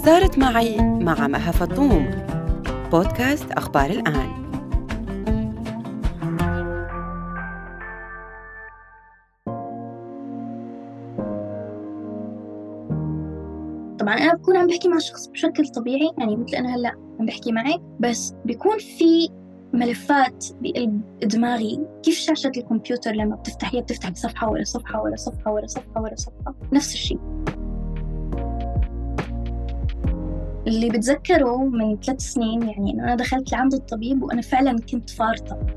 صارت معي مع مها فطوم، بودكاست أخبار الآن. طبعاً أنا بكون عم بحكي مع شخص بشكل طبيعي، يعني مثل أنا هلأ عم بحكي معك، بس بيكون في ملفات بقلب دماغي كيف شاشة الكمبيوتر لما بتفتحيها بتفتح صفحة ورا صفحة ورا صفحة ورا صفحة ورا صفحة، نفس الشيء. اللي بتذكره من 3 سنين يعني إنه أنا دخلت لعند الطبيب وأنا فعلاً كنت فارطة.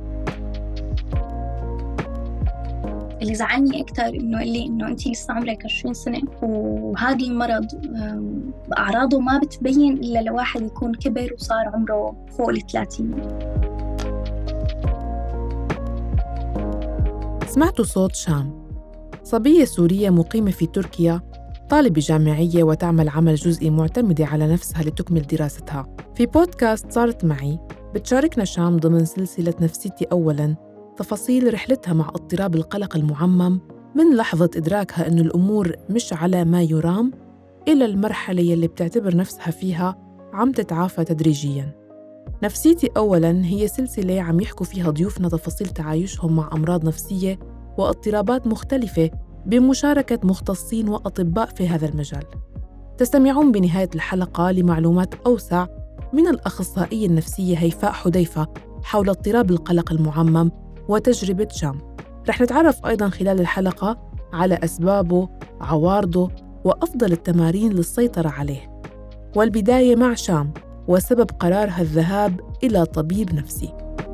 اللي زعلني أكتر إنه قال لي إنه أنتي لسه عمرك 20 سنة وهذا المرض أعراضه ما بتبين إلا لواحد يكون كبر وصار عمره فوق 30. سمعتوا صوت شام، صبية سورية مقيمة في تركيا، طالبة جامعية وتعمل عمل جزئي معتمدة على نفسها لتكمل دراستها. في بودكاست صارت معي بتشاركنا شام ضمن سلسلة نفسيتي أولاً تفاصيل رحلتها مع اضطراب القلق المعمم من لحظة إدراكها إنه الأمور مش على ما يرام إلى المرحلة يلي بتعتبر نفسها فيها عم تتعافى تدريجياً. نفسيتي أولاً هي سلسلة عم يحكوا فيها ضيوفنا تفاصيل تعايشهم مع أمراض نفسية واضطرابات مختلفة بمشاركة مختصين وأطباء في هذا المجال. تستمعون بنهاية الحلقة لمعلومات أوسع من الأخصائية النفسية هيفاء حديفة حول اضطراب القلق المعمم وتجربة شام. رح نتعرف أيضاً خلال الحلقة على أسبابه، عوارضه وأفضل التمارين للسيطرة عليه. والبداية مع شام وسبب قرارها الذهاب إلى طبيب نفسي.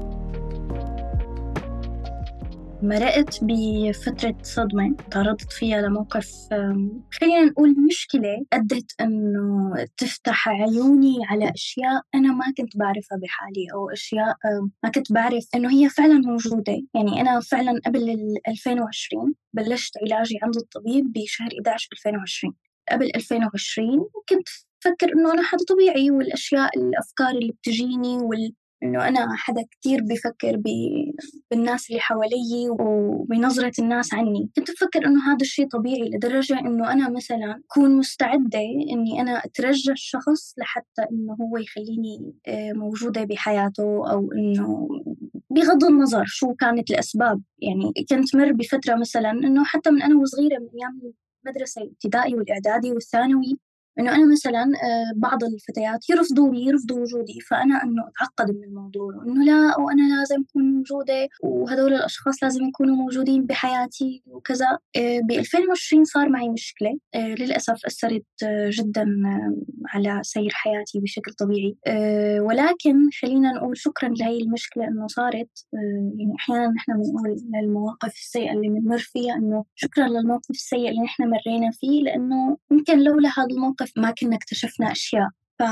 مرقت بفترة صدمة تعرضت فيها لموقف، خلينا نقول مشكلة أدت أنه تفتح عيوني على أشياء أنا ما كنت بعرفها بحالي، أو أشياء ما كنت بعرف أنه هي فعلا موجودة. يعني أنا فعلا قبل 2020 بلشت علاجي عند الطبيب بشهر 11 2020. قبل 2020 كنت فكر إنه أنا حدا طبيعي، والأشياء الأفكار اللي بتجيني إنه أنا حدا كتير بفكر بالناس اللي حوالي وبنظرة الناس عني. كنت بفكر إنه هذا الشيء طبيعي، لدرجة إنه أنا مثلا أكون مستعدة إني أنا أترجى الشخص لحتى إنه هو يخليني موجودة بحياته، أو إنه بغض النظر شو كانت الأسباب. يعني كنت مر بفترة مثلا إنه حتى من أنا وصغيرة، من أيام المدرسة الابتدائي والإعدادي والثانوي، إنه أنا مثلاً بعض الفتيات يرفضوا وجودي، فأنا إنه أتعقد من الموضوع، إنه لا، وأنا لازم أكون موجودة، وهذول الأشخاص لازم يكونوا موجودين بحياتي وكذا. ب 2020 صار معي مشكلة للأسف أثرت جداً على سير حياتي بشكل طبيعي. ولكن خلينا نقول شكراً لهي المشكلة إنه صارت. يعني أحياناً نحن بنقول للمواقف السيئة اللي بنمر فيها إنه شكراً للموقف السيء اللي نحن مرينا فيه، لأنه يمكن لولا هذا الموقف ما كنا اكتشفنا أشياء.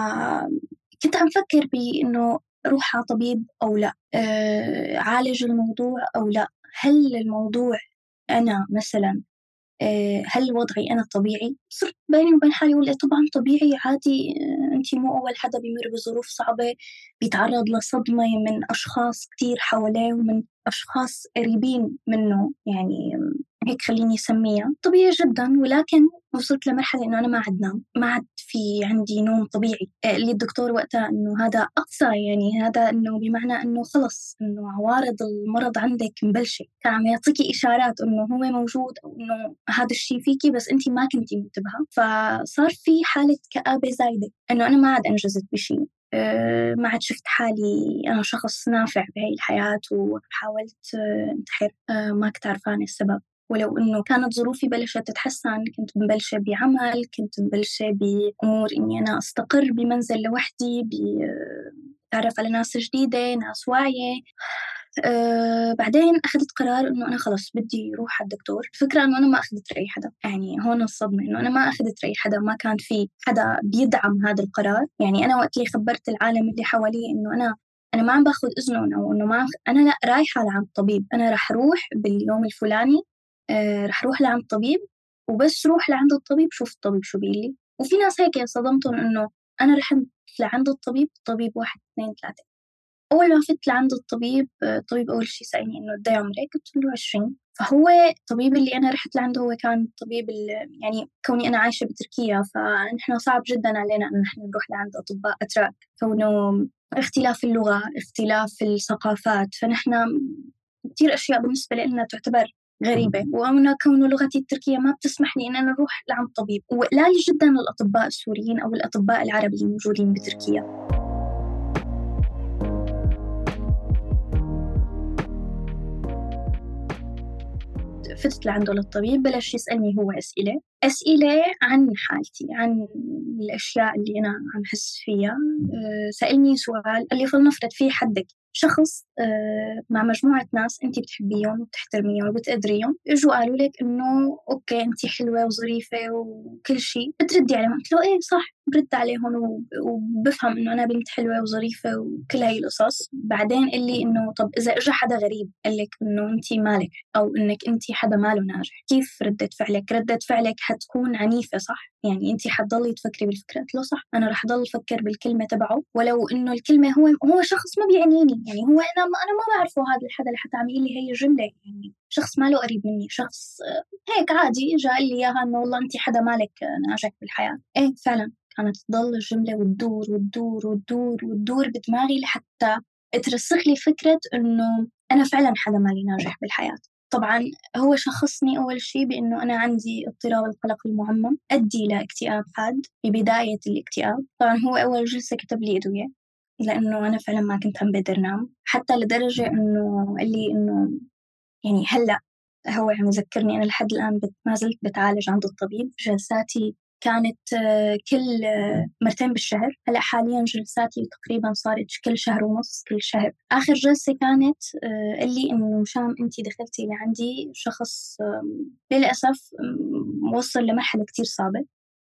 فكنت عم فكر بإنه أروح على طبيب أو لا، عالج الموضوع أو لا. هل الموضوع أنا مثلا، هل وضعي أنا طبيعي؟ صرت بيني وبين حالي أقول طبعا طبيعي عادي. أنتي مو أول حدا بيمر بظروف صعبة، بيتعرض لصدمة من أشخاص كتير حواليه ومن أشخاص قريبين منه، يعني هيك خليني أسميها طبيعي جدا. ولكن وصلت لمرحلة إنه أنا ما عاد نام، ما عاد في عندي نوم طبيعي. اللي الدكتور وقتها إنه هذا أقصى، يعني هذا إنه بمعنى إنه خلص إنه عوارض المرض عندك مبلشة. كان عم يعطيكي إشارات إنه هو موجود، أو إنه هذا الشيء فيكي بس أنتي ما كنتي منتبهة. فصار في حالة كآبة زايدة، إنه أنا ما عاد أنجزت بشيء. ما عاد شفت حالي أنا شخص نافع بهاي الحياة، وحاولت انتحر. ما كنت عارفة السبب، ولو إنه كانت ظروفي بلشت تتحسن. كنت مبلشة بعمل، كنت مبلشة بأمور إني أنا أستقر بمنزل لوحدي، بتعرف على ناس جديدة، ناس واعية. بعدين أخذت قرار إنه أنا خلص بدي أروح على الدكتور. الفكرة إنه أنا ما أخذت رأي حدا، يعني هون الصدمة إنه أنا ما أخذت رأي حدا، ما كان في حدا بيدعم هذا القرار. يعني أنا وقت اللي خبرت العالم اللي حوالي إنه أنا ما عم باخذ إذنهم، أو إنه ما أنا لا رايحة لعند الطبيب، أنا رح روح باليوم الفلاني، رح روح لعند الطبيب، وبس روح لعند الطبيب شوف الطبيب شو بيقلي. وفي ناس هيك صدمتهم إنه أنا رحت لعند الطبيب، الطبيب 1 2 3. أول ما فت لعند الطبيب، الطبيب أول شي سألني إنه قد إيه عمرك؟ قلت له 20. فهو الطبيب اللي أنا رحت لعنده هو كان طبيب يعني كوني أنا عايشة بتركيا فنحن صعب جدا علينا أن نحن نروح لعند أطباء أتراك، كونه اختلاف اللغة، اختلاف الثقافات، فنحن كتير أشياء بالنسبة لنا تعتبر غريبة، وأنا كونه لغتي التركية ما بتسمح لي إن أنا أروح لعند طبيب، وقليل جدا الأطباء السوريين أو الأطباء العرب اللي موجودين بتركيا. فتت لعنده للطبيب، بلش يسألني هو أسئلة عن حالتي، عن الأشياء اللي أنا عم حس فيها. سألني سؤال، قال لي فلنفرض في حدك شخص مع مجموعة ناس أنت بتحبيهم وبتحترميهم وبتقدريهم، إجوا قالوا لك إنه أوكي أنت حلوة وظريفة وكل شيء، بتردي عليهم؟ قلت له إيه صح، برد عليهم وبفهم إنه أنا بنت حلوة وظريفة وكل هاي القصص. بعدين قال لي إنه طب إذا إجا حدا غريب قال لك إنه أنت مالك أو إنك أنت حدا ماله ناجح، كيف ردة فعلك؟ ردة فعلك حتكون عنيفة صح؟ يعني أنت حتضلي تفكري بالفكرة؟ قلت له صح، أنا رح ضل أفكر بالكلمة تبعه ولو إنه الكلمة هو شخص ما بيعنيني، يعني هو أنا ما بعرفه هذا الحدا اللي حتى عم يقول لي هي الجملة، يعني شخص ماله قريب مني، شخص هيك عادي جاء لي إياها إنه والله أنت حدا مالك ناجح بالحياة. إيه فعلا كانت تضل الجملة وتدور وتدور وتدور وتدور بدماغي لحتى ترسخ لي فكرة إنه أنا فعلا حدا مالي ناجح بالحياة. طبعا هو شخصني أول شيء بأنه أنا عندي اضطراب القلق المعمم أدي لاكتئاب حاد ببداية الاكتئاب. طبعا هو أول جلسة كتب لي أدوية لأنه أنا فعلا ما كنت عم بقدر نام، حتى لدرجة إنه قال لي إنه يعني هلأ هو عم يذكرني أنا لحد الآن ما زلت بتعالج عند الطبيب. جلساتي كانت كل مرتين بالشهر، هلأ حاليا جلساتي تقريبا صارت كل شهر ونص، كل شهر. آخر جلسة كانت قال لي إنه مشان أنتي دخلتي لعندي شخص للأسف موصل لمرحلة كتير صعبة،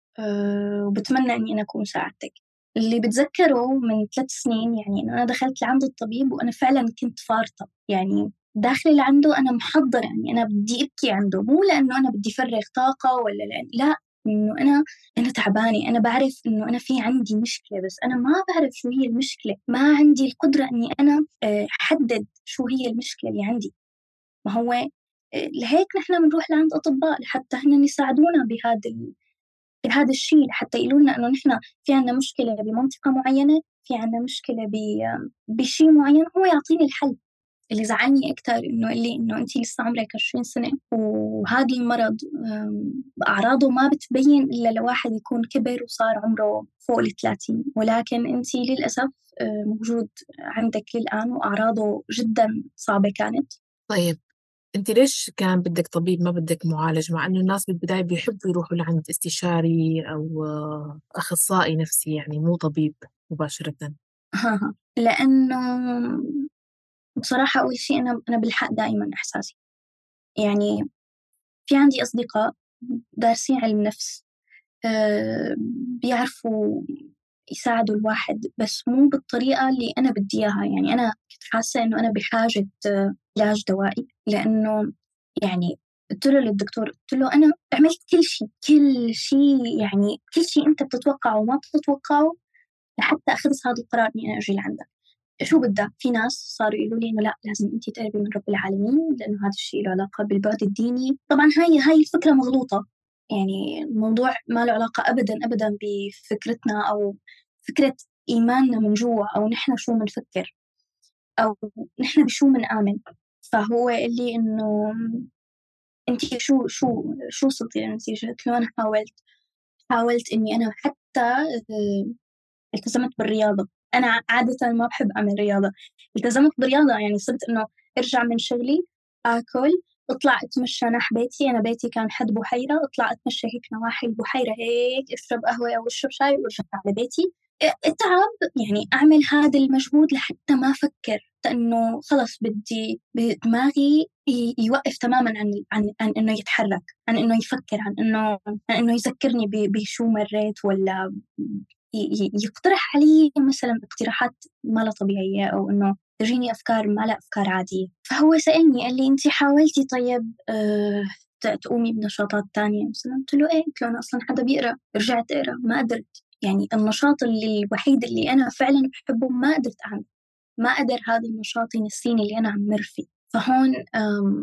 وبتمنى إني أنا أكون ساعدتك. اللي بتذكره من 3 سنين يعني إنه أنا دخلت لعند الطبيب وأنا فعلا كنت فارطة، يعني داخلة لعنده أنا محضرة يعني أنا بدي أبكي عنده، مو لأنه أنا بدي فرغ طاقة ولا لا، إنه أنا تعبانة، أنا بعرف إنه أنا في عندي مشكلة بس أنا ما بعرف شو هي المشكلة، ما عندي القدرة إني أنا أحدد شو هي المشكلة اللي عندي. ما هو لهيك نحن بنروح لعند أطباء لحتى هن يساعدونا بهذا الشيء، لحتى يقولوا لنا إنه نحن في عنا مشكلة بمنطقة معينة، في عنا مشكلة بشيء معين، هو يعطيني الحل. اللي زعلني أكتر إنه اللي إنه أنتي لسه عمرك 20 سنة وهذا المرض أعراضه ما بتبين إلا لواحد يكون كبر وصار عمره فوق 30، ولكن أنتي للأسف موجود عندك للآن وأعراضه جدا صعبة كانت. طيب أنت ليش كان بدك طبيب ما بدك معالج، مع إنه الناس بالبداية بيحبوا يروحوا لعند استشاري أو أخصائي نفسي يعني مو طبيب مباشرة؟ لأنه بصراحة أول شيء أنا بالحق دائما إحساسي، يعني في عندي أصدقاء دارسين علم نفس بيعرفوا يساعدوا الواحد بس مو بالطريقة اللي أنا بدي إياها. يعني أنا كنت حاسة إنه أنا بحاجة علاج دوائي، لأنه يعني قلت له للدكتور، قلت له أنا عملت كل شيء يعني كل شيء أنت بتتوقعه وما بتتوقعه لحتى أخذت هذا القرار إني أنا أجي لعندك. شو بدك؟ في ناس صاروا يقولوا لي إنه لا لازم أنتي تقربي من رب العالمين لأنه هذا الشيء له علاقة بالبعد الديني. طبعا هاي الفكرة مغلوطة، يعني الموضوع ما له علاقة أبدا أبدا بفكرتنا أو فكرة إيماننا من جوا أو نحن شو منفكر أو نحن بشو منآمن. فهو قال لي إنه أنتي شو وصلتي للنتيجة؟ قلت له أنا حاولت إني أنا حتى التزمت بالرياضة. أنا عادة ما بحب أعمل رياضة، التزمت بالرياضة يعني صرت إنه أرجع من شغلي آكل أطلع أتمشى نح بيتي، أنا بيتي كان حد بحيرة، أطلع أتمشى هيك نواحي البحيرة هيك أشرب قهوة أو أشرب شاي وأرجع على بيتي. أتعب يعني أعمل هذا المجهود لحتى ما أفكر، لأنه خلص بدي دماغي يوقف تماما عن إنه يتحرك، عن إنه يفكر، عن إنه يذكرني بشو مريت ولا يقترح علي مثلا اقتراحات ما لا طبيعية أو إنه تجيني أفكار ما لا أفكار عادية. فهو سألني قال لي أنتي حاولتي طيب تقومي بنشاطات تانية مثلا؟ قلت له إيه، قلت له أنا أصلا حدا بيقرأ، رجعت أقرأ ما قدرت، يعني النشاط الوحيد اللي أنا فعلا بحبه ما قدرت أعمل، ما قدر هذا النشاط ينسيني اللي أنا عم مر فيه. فهون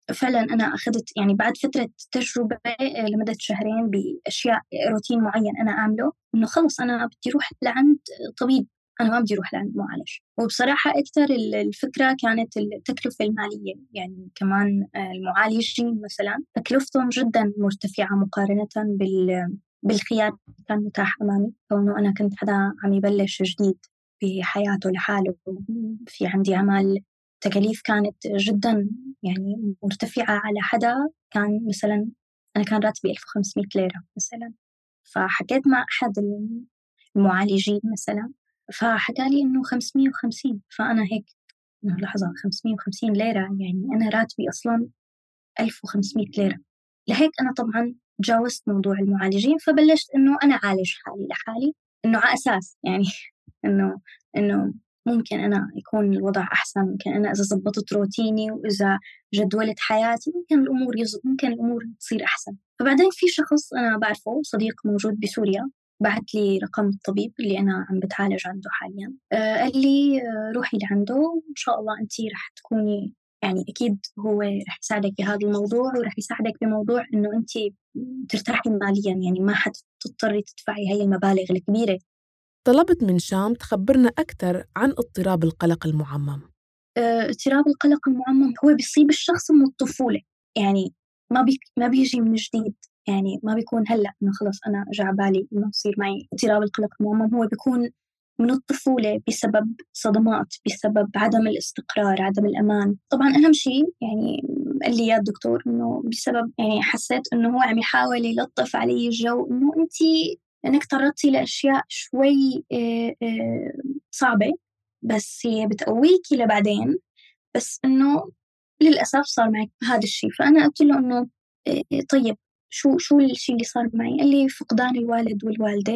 فعلا أنا أخذت يعني بعد فترة تجربة لمدة شهرين بأشياء روتين معين أنا أعمله، إنه خلص أنا بدي أروح لعند طبيب، أنا ما بدي أروح لعند معالج. وبصراحة أكثر الفكرة كانت التكلفة المالية، يعني كمان المعالجين مثلا تكلفتهم جدا مرتفعة مقارنة بالخيار اللي كان متاح أمامي، كونه أنا كنت حدا عم يبلش جديد بحياته لحاله، في عندي عمل، تكاليف كانت جدا يعني مرتفعة على حدا كان مثلا أنا كان راتبي 1500 ليرة مثلا. فحكيت مع أحد المعالجين مثلا، فحكى لي إنه 550. فأنا هيك إنه لحظة، 550 ليرة يعني أنا راتبي أصلا 1500 ليرة. لهيك أنا طبعا تجاوزت موضوع المعالجين، فبلشت إنه أنا أعالج حالي لحالي، إنه على أساس يعني إنه ممكن أنا يكون الوضع أحسن، ممكن أنا إذا زبطت روتيني وإذا جدولت حياتي ممكن الأمور تصير أحسن. فبعدين في شخص أنا بعرفه صديق موجود بسوريا بعت لي رقم الطبيب اللي أنا عم بتعالج عنده حاليا. قال لي روحي لعنده وإن شاء الله أنتي رح تكوني، يعني أكيد هو رح يساعدك بهذا الموضوع، ورح يساعدك بموضوع إنه أنت ترتاحي ماليا، يعني ما حتضطري تدفعي هاي المبالغ الكبيرة. طلبت من شام تخبرنا أكثر عن اضطراب القلق المعمم. اضطراب القلق المعمم هو بيصيب الشخص من الطفولة، يعني ما بيجي من جديد، يعني ما بيكون هلأ إنه خلص أنا جا بالي إنه يصير معي اضطراب القلق المعمم. هو بيكون من الطفولة بسبب صدمات، بسبب عدم الاستقرار، عدم الأمان. طبعا أهم شيء يعني قال لي يا الدكتور إنه بسبب، يعني حسيت إنه هو عم يحاول يلطف علي الجو، إنه أنتي إنك تعرضتي لأشياء شوي صعبة، بس هي بتقويكي لبعدين، بس إنه للأسف صار معك هذا الشيء. فأنا قلت له إنه طيب شو الشيء اللي صار معي؟ قال لي فقدان الوالد والوالدة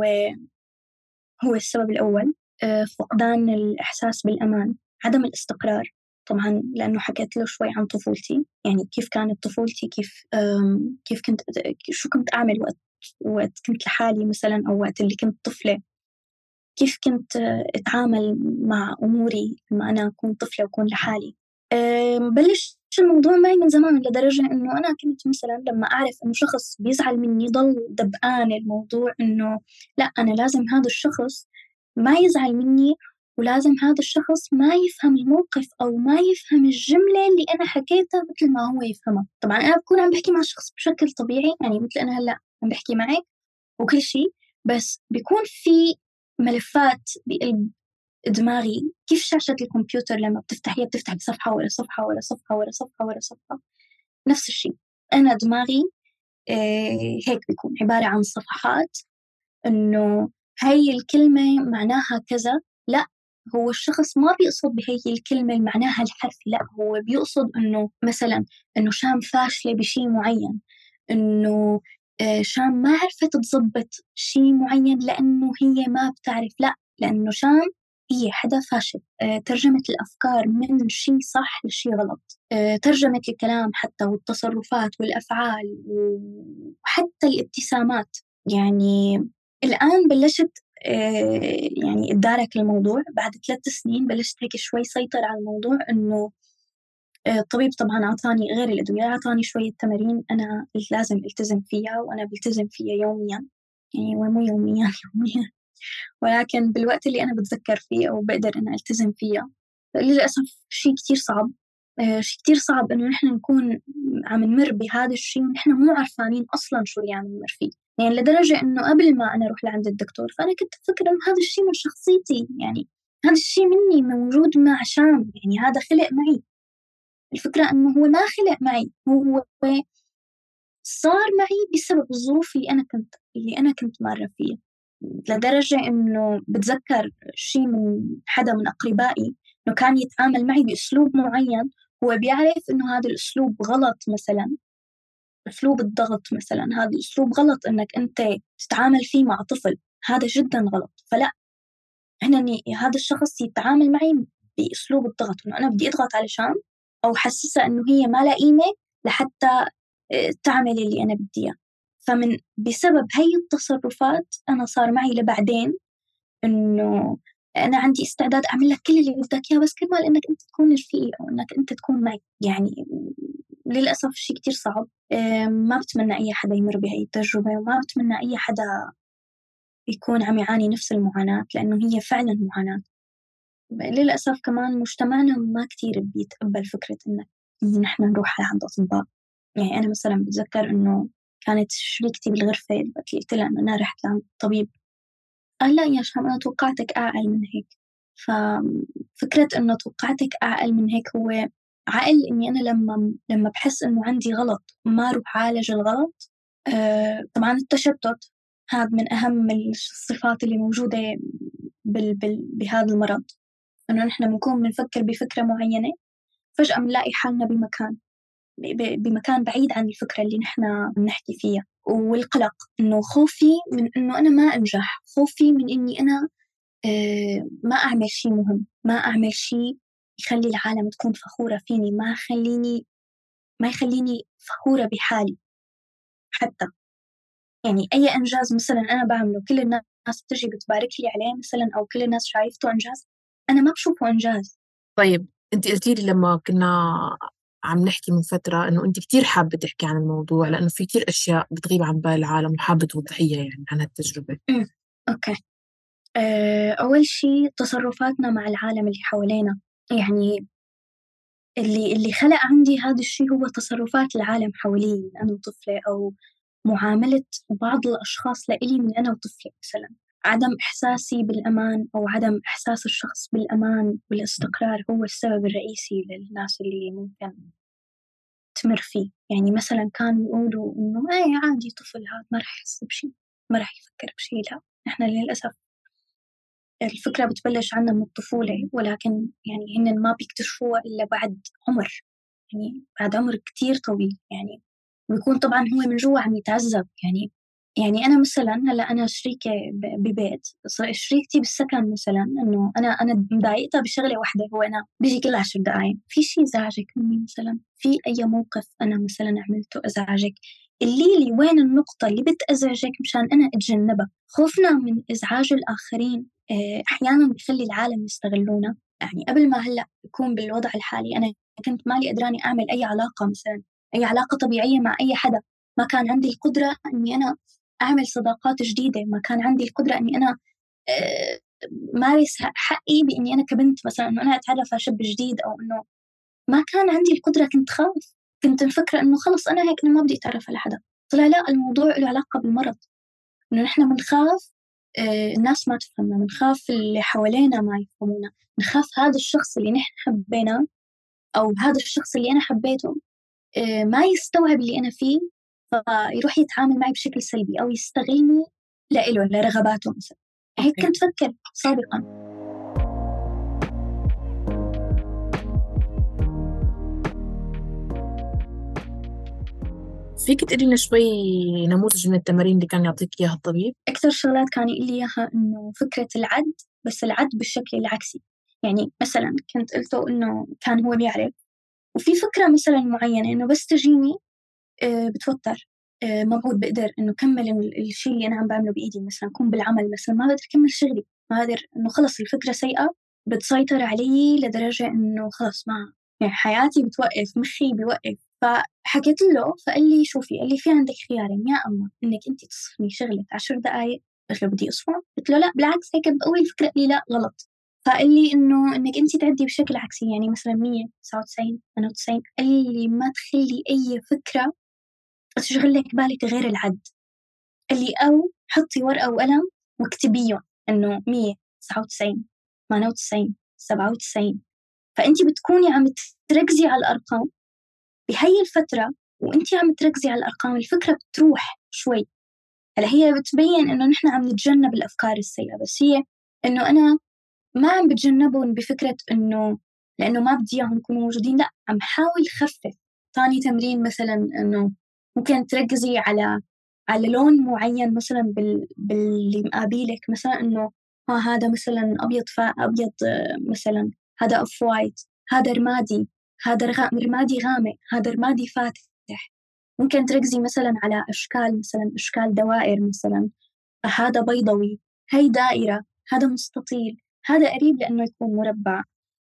هو السبب الأول. فقدان الإحساس بالأمان، عدم الاستقرار. طبعا لأنه حكيت له شوي عن طفولتي، يعني كيف كانت طفولتي، كيف كنت، شو كنت أعمل وقت كنت لحالي مثلا، أو وقت اللي كنت طفلة، كيف كنت أتعامل مع أموري لما أنا أكون طفلة وأكون لحالي. بلش الموضوع معي من زمان، لدرجة إنه أنا كنت مثلا لما أعرف إنه شخص بيزعل مني ضل دبقان الموضوع إنه لا، أنا لازم هذا الشخص ما يزعل مني، ولازم هذا الشخص ما يفهم الموقف أو ما يفهم الجملة اللي أنا حكيتها مثل ما هو يفهمها. طبعا أنا بكون عم بحكي مع شخص بشكل طبيعي، يعني مثل أنا هلأ عم بحكي معك وكل شيء، بس بيكون في ملفات بقلب دماغي كيف شاشة الكمبيوتر لما بتفتحيها بتفتح صفحة ورا صفحة ورا صفحة ورا صفحة ورا صفحة. نفس الشيء أنا دماغي هيك بيكون عبارة عن صفحات، إنه هاي الكلمة معناها كذا، لا هو الشخص ما بيقصد بهي الكلمة معناها الحرفي، لا هو بيقصد إنه مثلا إنه شام فاشلة بشيء معين، إنه شام ما عرفت تضبط شيء معين لأنه هي ما بتعرف، لا لأنه شام هي حدا فاشل. ترجمة الأفكار من شيء صح لشيء غلط. ترجمة الكلام حتى والتصرفات والأفعال وحتى الابتسامات. يعني الآن بلشت يعني أتدارك الموضوع بعد 3 سنين، بلشت هيك شوي سيطر على الموضوع. إنه الطبيب طبعا أعطاني غير الأدوية، أعطاني شوية تمارين أنا لازم ألتزم فيها، وأنا بلتزم فيها يوميا، يعني مو يوميا يوميا، ولكن بالوقت اللي أنا بتذكر فيه أو بقدر أنا ألتزم فيها. للأسف شيء كتير صعب، شيء كتير صعب إنه نحن نكون عم نمر بهذا الشيء ونحن مو عارفانين أصلا شو اللي عم نمر فيه. يعني لدرجة إنه قبل ما أنا أروح لعند الدكتور فأنا كنت أفكر إنه هذا الشيء من شخصيتي، يعني هذا الشيء مني موجود مع شام، يعني هذا خلق معي. الفكرة إنه هو ما خلق معي، هو صار معي بسبب الظروف اللي أنا كنت مارة فيها. لدرجة إنه بتذكر شيء من حدا من أقربائي إنه كان يتعامل معي بأسلوب معين، هو بيعرف إنه هذا الأسلوب غلط، مثلا أسلوب الضغط مثلا، هذا الأسلوب غلط إنك أنت تتعامل فيه مع طفل، هذا جدا غلط. فلا هذا الشخص يتعامل معي بأسلوب الضغط، إنه أنا بدي أضغط على شام أو حسسها إنه هي ما لها قيمة لحتى تعمل اللي أنا بدي إياه. بسبب هاي التصرفات أنا صار معي لبعدين إنه أنا عندي استعداد أعمل لك كل اللي بدك إياه، بس كرمال إنك أنت تكون رفيقي أو إنك أنت تكون معي. يعني للأسف شيء كتير صعب. ما بتمنى أي حدا يمر بهاي التجربة، وما بتمنى أي حدا يكون عم يعاني نفس المعاناة، لأنه هي فعلا معاناة. للأسف كمان مجتمعنا ما كتير بيتقبل فكرة إنه نحن نروح لعند أطباء. يعني أنا مثلا بتذكر إنه كانت شريكتي بالغرفة وقت قلت لها إنه أنا رحت لعند طبيب، قال لا يا شام أنا توقعتك أعقل من هيك. ففكرة إنه توقعتك أعقل من هيك هو عقل إني أنا لما بحس إنه عندي غلط ما أروح أعالج الغلط. طبعا التشتت هذا من أهم الصفات اللي موجودة بهذا المرض، إنه نحن بنكون بنفكر بفكرة معينة فجأة بنلاقي حالنا بمكان بعيد عن الفكرة اللي نحن بنحكي فيها. والقلق، إنه خوفي من إنه أنا ما أنجح، خوفي من إني أنا ما أعمل شيء مهم، ما أعمل شيء يخلي العالم تكون فخورة فيني، ما يخليني فخورة بحالي. حتى يعني أي إنجاز مثلا أنا بعمله كل الناس تجي بتبارك لي عليه مثلا، أو كل الناس شايفته إنجاز، أنا ما بشوفه إنجاز. طيب أنت قلتي لي لما كنا عم نحكي من فترة إنه أنت كتير حابة تحكي عن الموضوع لأنه في كتير أشياء بتغيب عن بال العالم وحابة توضحيها يعني عن هالتجربة. أوكي. أول شيء تصرفاتنا مع العالم اللي حوالينا. يعني اللي خلق عندي هذا الشيء هو تصرفات العالم حوالي من أنا وطفلة، أو معاملة بعض الأشخاص لإلي من أنا وطفلة. مثلا عدم إحساسي بالأمان أو عدم إحساس الشخص بالأمان والاستقرار هو السبب الرئيسي للناس اللي ممكن تمر فيه. يعني مثلا كانوا يقولوا إنه عادي طفل هذا ما رح يحس بشيء، ما رح يفكر بشيء. لا، إحنا للأسف الفكرة بتبلش عنا من الطفولة، ولكن يعني هن ما بيكتشفوها إلا بعد عمر، يعني بعد عمر كتير طويل. يعني بيكون طبعا هو من جوا عم يتعذب. يعني أنا مثلا هلا أنا شريكة ببيت، شريكتي بالسكن مثلا إنه أنا مضايقتها بشغلة واحدة، هو أنا بيجي كل 10 دقايق في شيء زعجك مني، مثلا في أي موقف أنا مثلا عملته أزعجك، اللي وين النقطة اللي بتأزعجك مشان أنا أتجنبها. خوفنا من إزعاج الآخرين أحيانا بيخلي العالم يستغلونا. يعني قبل ما هلأ أكون بالوضع الحالي أنا كنت مالي قدراني أعمل أي علاقة، مثلا أي علاقة طبيعية مع أي حدا. ما كان عندي القدرة أني أنا أعمل صداقات جديدة، ما كان عندي القدرة أني أنا مارس حقي بإني أنا كبنت مثلا أنه أنا أتعرف على شاب جديد، أو أنه ما كان عندي القدرة. كنت خاف، كنت مفكرة أنه خلص أنا هيك أنا ما بدي أتعرف على حدا. طلع لا، الموضوع له علاقة بالمرض، إنه نحن بنخاف الناس ما تفهمنا، بنخاف اللي حوالينا ما يفهمونا، بنخاف هذا الشخص اللي نحن حبيناه أو هذا الشخص اللي أنا حبيته ما يستوعب اللي أنا فيه، فيروح يتعامل معي بشكل سلبي أو يستغلني لإله لرغباته مثلا. هيك كنت فكر سابقا. فيك تقولي لنا شوي نموذج من التمارين اللي كان يعطيك إياها الطبيب؟ أكثر شغلات كان يقول لي إياها إنه فكرة العد، بس العد بالشكل العكسي. يعني مثلا كنت قلته إنه كان هو بيعرف، وفي فكرة مثلا معينة إنه بس تجيني بتوتر، ما بعود بقدر إنه كمل الشيء اللي أنا عم بعمله بإيدي. مثلا أكون بالعمل مثلا ما بقدر كمل شغلي، ما بقدر إنه خلص الفكرة سيئة بتسيطر علي لدرجة إنه خلص ما يعني حياتي بتوقف، مخي بيوقف. فحكيت له، فقال لي شوفي، قال لي في عندك خيارين، يا أما إنك أنت تصفني شغلك 10 دقايق. قلت له بدي أصفى؟ قلت له لا بالعكس هيك بقوي الفكرة. قال لي لا غلط. فقال لي إنه إنك أنت تعدي بشكل عكسي، يعني مثلا 100 99 98. قال لي ما تخلي أي فكرة تشغل لك بالك غير العد. قال لي أو حطي ورقة وقلم واكتبيهم إنه 100 99 98 97. فأنت بتكوني عم تركزي على الأرقام بهي الفترة، وأنت عم تركزي على الأرقام الفكرة بتروح شوي. هلا هي بتبين إنه نحن عم نتجنب الأفكار السيئة، بس هي إنه أنا ما عم بتجنبهم بفكرة إنه لأنه ما بدي إياهم يكونوا موجودين، لا، عم حاول خفف. ثاني تمرين مثلا إنه ممكن تركزي على لون معين مثلا باللي مقابلك، مثلا إنه هذا مثلا أبيض أبيض مثلا، هذا أوف وايت، هذا رمادي، هذا رمادي غامق، هذا رمادي فاتح. ممكن تركزي مثلا على أشكال، مثلا أشكال دوائر، مثلا هذا بيضوي، هي دائرة، هذا مستطيل، هذا قريب لأنه يكون مربع.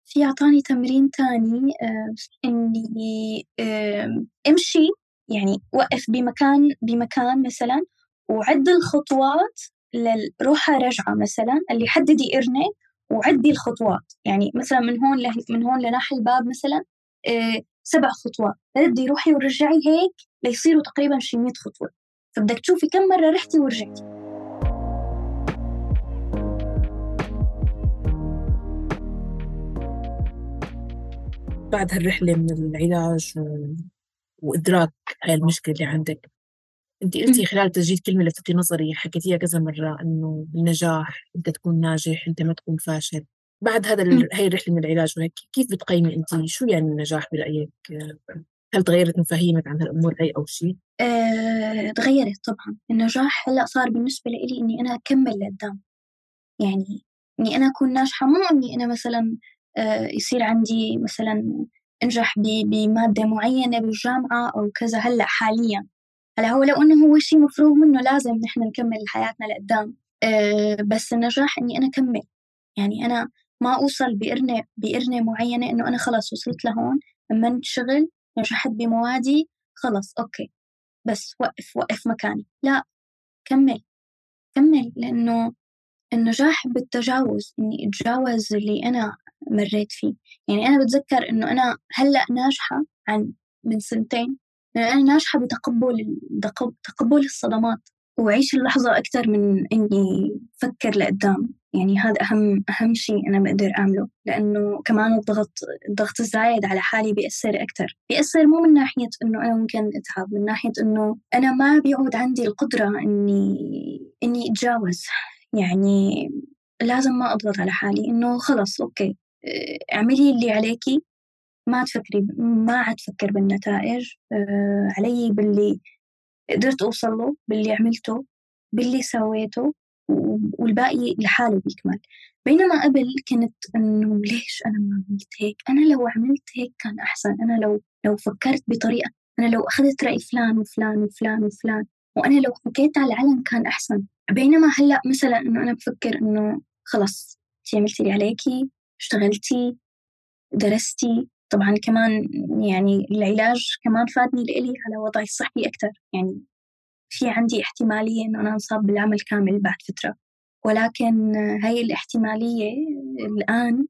في أعطاني تمرين تاني إني امشي، يعني وقف بمكان مثلا وعد الخطوات للروحة رجعة مثلا، اللي حددي إرنة وعدي الخطوات، يعني مثلا من هون لناحية الباب مثلا 7 خطوات، بدي روحي ورجعي هيك ليصيروا تقريبا شي 100 خطوة، فبدك تشوفي كم مرة رحتي ورجعتي. بعد هالرحلة من العلاج وإدراك هاي المشكلة اللي عندك، أنت قلتي خلال تسجيل كلمة لفتت نظري، حكيتيها كذا مرة، إنه النجاح أنت تكون ناجح، أنت ما تكون فاشل. بعد هاي الرحلة من العلاج وهيك، كيف بتقيمي أنت شو يعني النجاح برأيك؟ هل تغيرت مفاهيمك عن هالأمور هاي أو شيء؟ تغيرت طبعا. النجاح هلأ صار بالنسبة لي إني أنا أكمل لقدام، يعني إني أنا أكون ناجحة، مو إني أنا مثلا يصير عندي مثلا أنجح بمادة معينة بالجامعة أو كذا. هلأ حاليا هو لو إنه هو شيء مفروغ منه لازم نحن نكمل حياتنا لقدام، بس النجاح إني أنا أكمل، يعني أنا ما أوصل بإرنة معينة إنه أنا خلاص وصلت لهون، أمنت شغل، نجحت بموادي، خلاص أوكي بس وقف مكاني. لا، كمل لأنه النجاح بالتجاوز، إني أتجاوز اللي أنا مريت فيه. يعني أنا بتذكر إنه أنا هلأ ناجحة عن من سنتين، لأن أنا ناجحة تقبل الصدمات وعيش اللحظة أكثر من إني أفكر لقدام. يعني هذا أهم شيء أنا بقدر أعمله، لأنه كمان الضغط الزايد على حالي بيأثر أكثر، بيأثر مو من ناحية إنه أنا ممكن أتعب، من ناحية إنه أنا ما بيعود عندي القدرة إني أتجاوز. يعني لازم ما أضغط على حالي، إنه خلص أوكي اعملي اللي عليكي، ما عاد فكر بالنتائج، علي باللي قدرت أوصل له، باللي عملته، باللي سويته، والباقي لحاله بيكمل. بينما قبل كنت إنه ليش أنا ما عملت هيك، أنا لو عملت هيك كان أحسن، أنا لو فكرت بطريقة، أنا لو أخذت رأي فلان وفلان وفلان وفلان، وأنا لو حكيت على العلن كان أحسن. بينما هلأ مثلا إنه أنا بفكر إنه خلص أنتي عملتي اللي عليكي، اشتغلتي، درستي. طبعا كمان يعني العلاج كمان فادني لإلي على وضعي الصحي أكتر، يعني في عندي احتمالية إنه أنا أنصاب بالعمل كامل بعد فترة، ولكن هاي الاحتمالية الآن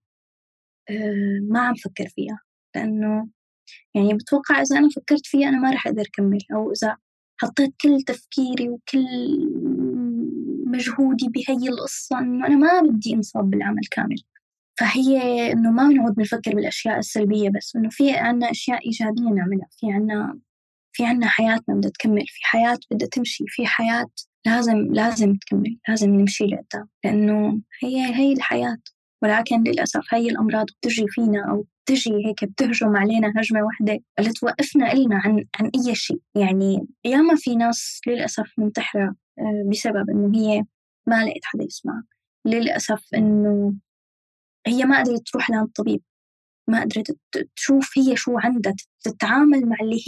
ما عم فكر فيها، لأنه يعني بتوقع إذا أنا فكرت فيها أنا ما رح أقدر أكمل، أو إذا حطيت كل تفكيري وكل مجهودي بهي القصة إنه أنا ما بدي أنصاب بالعمل كامل. فهي إنه ما بنعود بنفكر بالأشياء السلبية، بس إنه في عنا أشياء إيجابية نعملها، في عنا حياتنا بدها تكمل، في حياة بدها تمشي، في حياة لازم تكمل، لازم نمشي لقدام، لأنه هي الحياة. ولكن للأسف هي الأمراض بتجي فينا أو بتجي هيك بتهجم علينا هجمة واحدة اللي توقفنا إلنا عن أي شيء. يعني ياما في ناس للأسف منتحرة بسبب إنه هي ما لقيت حدا يسمع، للأسف إنه هي ما قدرت تروح لعند الطبيب، ما قدرت تشوف هي شو عندها، تتعامل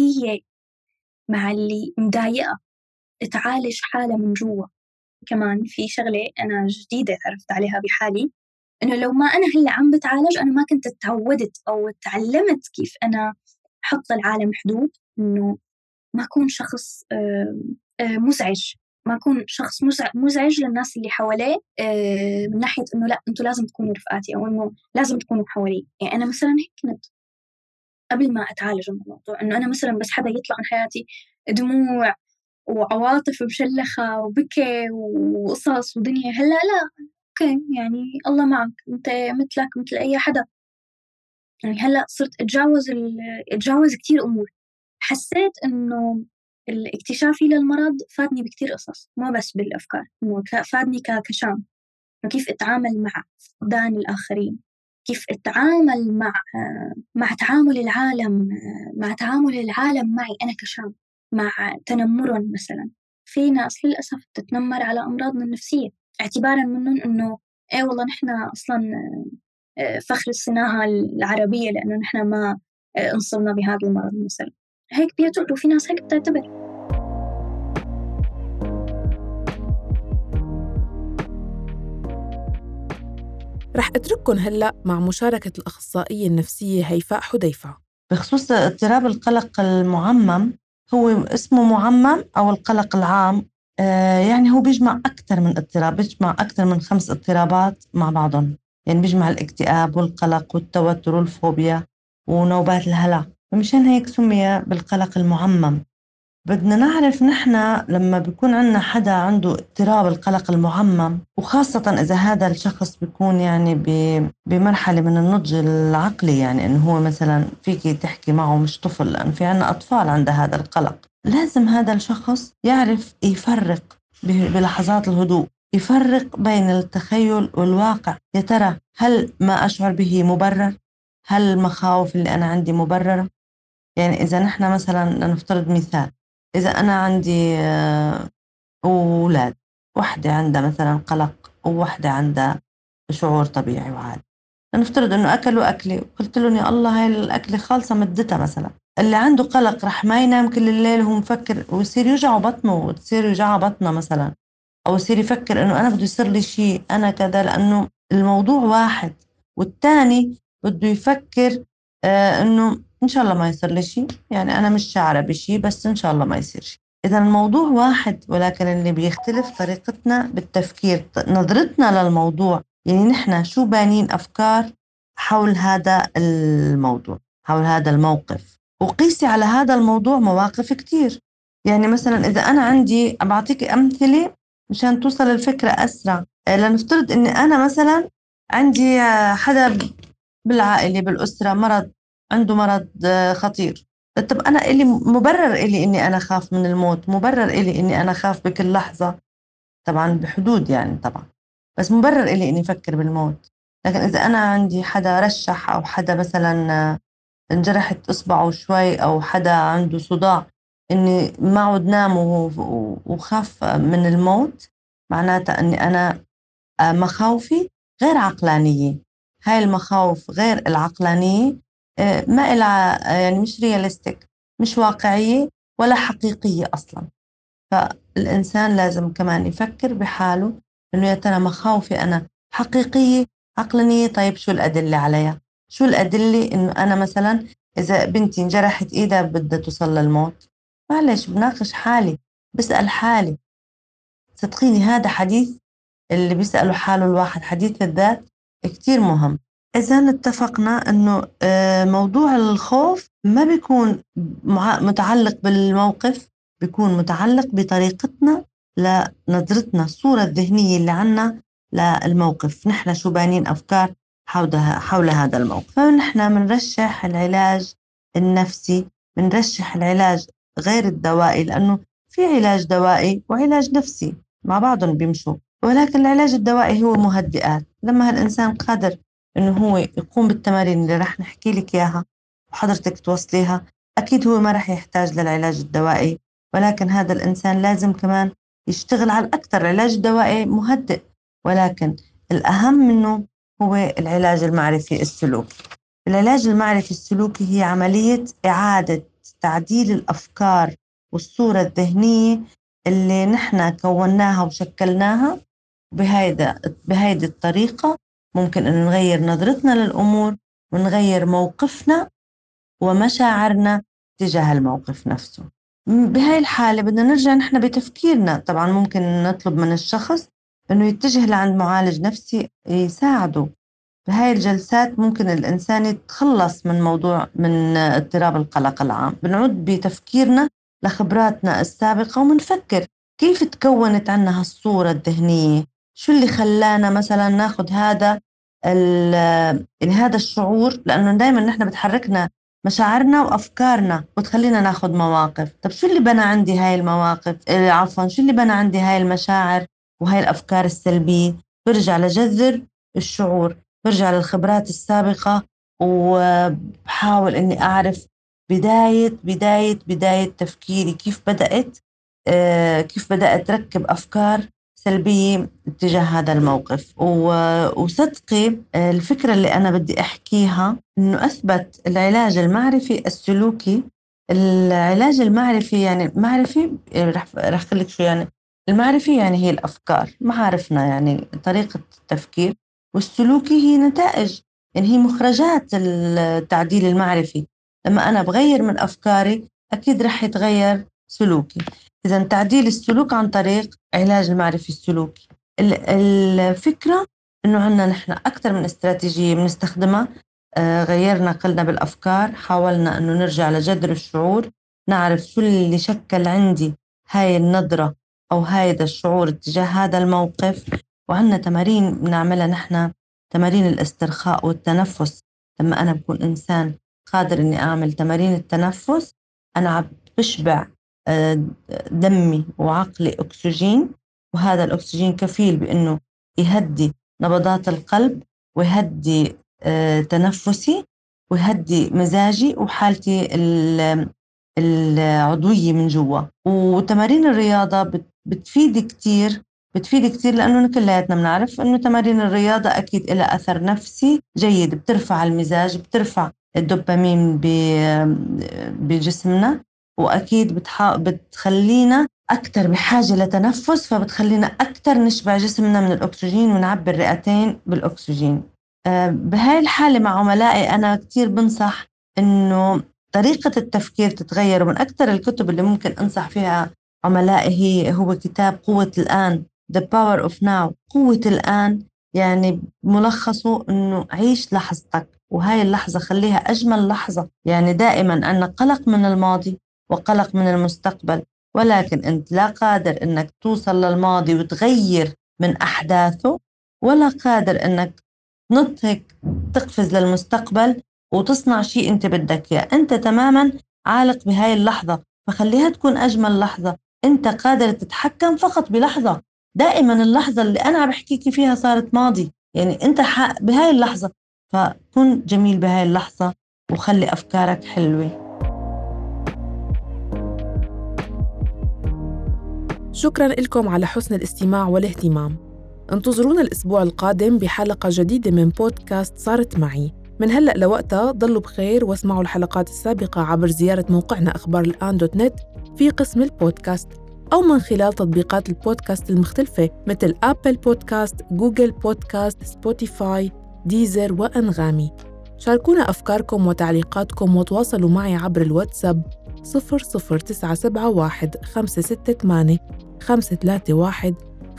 مع اللي مضايقة، تعالج حالها من جوا. كمان في شغلة أنا جديدة عرفت عليها بحالي، إنه لو ما أنا هلا عم بتعالج أنا ما كنت تعودت أو تعلمت كيف أنا أحط للعالم حدود، إنه ما أكون شخص مزعج، ما أكون شخص مزعج للناس اللي حواليه، من ناحية إنه لا أنتوا لازم تكونوا رفقاتي أو إنه لازم تكونوا حوالي. يعني أنا مثلا هيك كنت قبل ما أتعالج من الموضوع، إنه أنا مثلا بس حدا يطلع عن حياتي دموع وعواطف مشلخة وبكي وقصص ودنيا، هلا لا أوكي يعني الله معك، أنت مثلك مثل أي حدا. يعني هلا صرت أتجاوز كتير أمور. حسيت إنه الاكتشافي للمرض فادني بكتير قصص، ما بس بالأفكار، إنه فادني كشام، كيف أتعامل مع فقدان الآخرين، كيف أتعامل مع تعامل العالم، معي أنا كشام، مع تنمرهم مثلا. في ناس للأسف تتنمر على أمراضنا النفسية اعتبارا منهم إنه إيه والله نحن أصلا فخر الصناعة العربية لأنه نحن ما انصبنا بهذا المرض مثلا، هيك بيعتبروا، في ناس هيك بتعتبر. رح أترككن هلأ مع مشاركة الأخصائية النفسية هيفاء حذيفة. بخصوص اضطراب القلق المعمم، هو اسمه معمم أو القلق العام. يعني هو بيجمع أكثر من اضطراب، بيجمع أكثر من 5 اضطرابات مع بعضهم. يعني بيجمع الاكتئاب والقلق والتوتر والفوبيا ونوبات الهلع، فمشان هيك سمي بالقلق المعمم. بدنا نعرف نحن لما بيكون عندنا حدا عنده اضطراب القلق المعمم، وخاصة إذا هذا الشخص بيكون يعني بمرحلة من النضج العقلي، يعني إنه هو مثلا فيكي تحكي معه مش طفل، لأن في عنا أطفال عندها هذا القلق. لازم هذا الشخص يعرف يفرق بلحظات الهدوء، يفرق بين التخيل والواقع. يا ترى هل ما أشعر به مبرر؟ هل المخاوف اللي أنا عندي مبررة؟ يعني إذا نحن مثلا نفترض مثال، إذا أنا عندي أولاد، واحدة عندها مثلا قلق وواحدة عندها شعور طبيعي وعادي، نفترض إنه أكلوا أكلي وقلت لهم يا الله هاي الأكلة خالصة مدتها مثلا. اللي عنده قلق رح ما ينام كل الليل وهو مفكر، ويصير يوجعه بطنه وتصير يوجعه بطنه مثلا، أو يصير يفكر إنه أنا بده يصير لي شيء، أنا كذا، لأنه الموضوع واحد. والتاني بده يفكر إنه إن شاء الله ما يصير لي شيء، يعني أنا مش شاعرة بشيء بس إن شاء الله ما يصير شيء. إذا الموضوع واحد، ولكن اللي بيختلف طريقتنا بالتفكير، نظرتنا للموضوع. يعني نحن شو بانين أفكار حول هذا الموضوع، حول هذا الموقف، وقيسي على هذا الموضوع مواقف كتير. يعني مثلا إذا أنا عندي، بعطيك أمثلة مشان توصل الفكرة أسرع. لنفترض إني أنا مثلا عندي حدا بالعائلة بالأسرة مرض، عنده مرض خطير. طب أنا إلي مبرر إلي إني أنا خاف من الموت، مبرر إلي إني أنا خاف بكل لحظة، طبعا بحدود يعني طبعا، بس مبرر إلي إني أفكر بالموت. لكن إذا أنا عندي حدا رشح، أو حدا مثلا انجرحت إصبعه شوي، أو حدا عنده صداع، إني ما عود نام وخاف من الموت، معناتها أني أنا مخاوفي غير عقلانية. هاي المخاوف غير العقلانية ما إلها يعني مش رياليستيك، مش واقعية ولا حقيقية أصلا. فالإنسان لازم كمان يفكر بحاله إنه يا ترى مخاوفي أنا حقيقية عقلانية؟ طيب شو الأدلة عليها؟ شو الأدلة إنه أنا مثلا إذا بنتي انجرحت إيدها بدها توصل للموت؟ معلش بناقش حالي، بسأل حالي. صدقيني هذا حديث اللي بيسألوا حاله الواحد، حديث الذات، كتير مهم. إذا اتفقنا إنه موضوع الخوف ما بيكون متعلق بالموقف، بيكون متعلق بطريقتنا لنظرتنا، الصورة الذهنية اللي عنا للموقف، نحن شو بانين أفكار حول هذا الموقف. فنحن منرشح العلاج النفسي، منرشح العلاج غير الدوائي، لأنه في علاج دوائي وعلاج نفسي مع بعضهم بيمشوا. ولكن العلاج الدوائي هو مهدئات. لما هالإنسان قادر إنه هو يقوم بالتمارين اللي رح نحكي لك إياها وحضرتك توصليها، أكيد هو ما رح يحتاج للعلاج الدوائي. ولكن هذا الإنسان لازم كمان يشتغل على الأكثر. العلاج الدوائي مهدئ، ولكن الأهم منه هو العلاج المعرفي السلوكي. العلاج المعرفي السلوكي هي عملية إعادة تعديل الأفكار والصورة الذهنية اللي نحن كوناها وشكلناها. بهيدي الطريقة ممكن أن نغير نظرتنا للأمور، ونغير موقفنا ومشاعرنا تجاه الموقف نفسه. بهاي الحالة بدنا نرجع نحن بتفكيرنا. طبعا ممكن نطلب من الشخص أنه يتجه لعند معالج نفسي يساعده. بهاي الجلسات ممكن الإنسان يتخلص من موضوع من اضطراب القلق العام. بنعود بتفكيرنا لخبراتنا السابقة ومنفكر كيف تكونت عنا هالصورة الذهنية، شو اللي خلانا مثلا ناخد يعني هذا الشعور، لأنه دايما نحن بتحركنا مشاعرنا وأفكارنا وتخلينا ناخد مواقف. طب شو اللي بنى عندي هاي المواقف، عفوا شو اللي بنى عندي هاي المشاعر وهاي الأفكار السلبية؟ برجع لجذر الشعور، برجع للخبرات السابقة، وبحاول إني أعرف بداية تفكيري كيف بدأت، كيف بدأت ركب أفكار سلبية تجاه هذا الموقف. وصدقي الفكرة اللي أنا بدي أحكيها إنه أثبت العلاج المعرفي السلوكي. العلاج المعرفي يعني معرفي، رح أقول لك شو يعني المعرفي. يعني هي الأفكار، معارفنا، يعني طريقة التفكير والسلوكي هي نتائج، يعني هي مخرجات التعديل المعرفي. لما أنا بغير من أفكاري أكيد رح يتغير سلوكي. إذا تعديل السلوك عن طريق علاج المعرفي السلوكي. الفكرة إنه عنا نحن أكثر من استراتيجية بنستخدمها. غيرنا قلنا بالأفكار، حاولنا إنه نرجع لجذر الشعور، نعرف شو اللي شكل عندي هاي النظرة أو هذا الشعور اتجاه هذا الموقف. وعندنا تمارين بنعملها نحن، تمارين الاسترخاء والتنفس. لما أنا بكون إنسان قادر إني أعمل تمارين التنفس، أنا عم بشبع دمي وعقلي أكسجين، وهذا الأكسجين كفيل بأنه يهدي نبضات القلب ويهدي تنفسي ويهدي مزاجي وحالتي العضوية من جوا. وتمارين الرياضة بتفيد كتير لأنه كلياتنا بنعرف أنه تمارين الرياضة أكيد لها أثر نفسي جيد، بترفع المزاج، بترفع الدوبامين بجسمنا، وأكيد بتخلينا أكتر بحاجة لتنفس، فبتخلينا أكتر نشبع جسمنا من الأكسجين ونعبي الرئتين بالأكسجين. بهاي الحالة مع عملائي أنا كتير بنصح إنه طريقة التفكير تتغير. ومن أكتر الكتب اللي ممكن أنصح فيها عملائي هو كتاب قوة الآن، The Power of Now. قوة الآن يعني ملخصه إنه عيش لحظتك، وهاي اللحظة خليها أجمل لحظة. يعني دائما عندنا قلق من الماضي وقلق من المستقبل، ولكن أنت لا قادر إنك توصل للماضي وتغير من أحداثه، ولا قادر إنك تنط هيك تقفز للمستقبل وتصنع شيء أنت بدك إياه. أنت تماما عالق بهاي اللحظة، فخليها تكون أجمل لحظة. أنت قادر تتحكم فقط بلحظة. دائما اللحظة اللي أنا بحكيكي فيها صارت ماضي، يعني أنت بهاي اللحظة، فكن جميل بهاي اللحظة وخلي أفكارك حلوة. شكراً لكم على حسن الاستماع والاهتمام. انتظرونا الأسبوع القادم بحلقة جديدة من بودكاست صارت معي. من هلأ لوقتها ضلوا بخير واسمعوا الحلقات السابقة عبر زيارة موقعنا أخبارالآن.net في قسم البودكاست، أو من خلال تطبيقات البودكاست المختلفة مثل أبل بودكاست، جوجل بودكاست، سبوتيفاي، ديزر وأنغامي. شاركونا أفكاركم وتعليقاتكم وتواصلوا معي عبر الواتساب 00971 568 531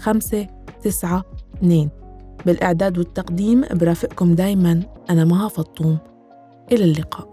592. بالإعداد والتقديم برافقكم دايماً أنا مها فطوم. إلى اللقاء.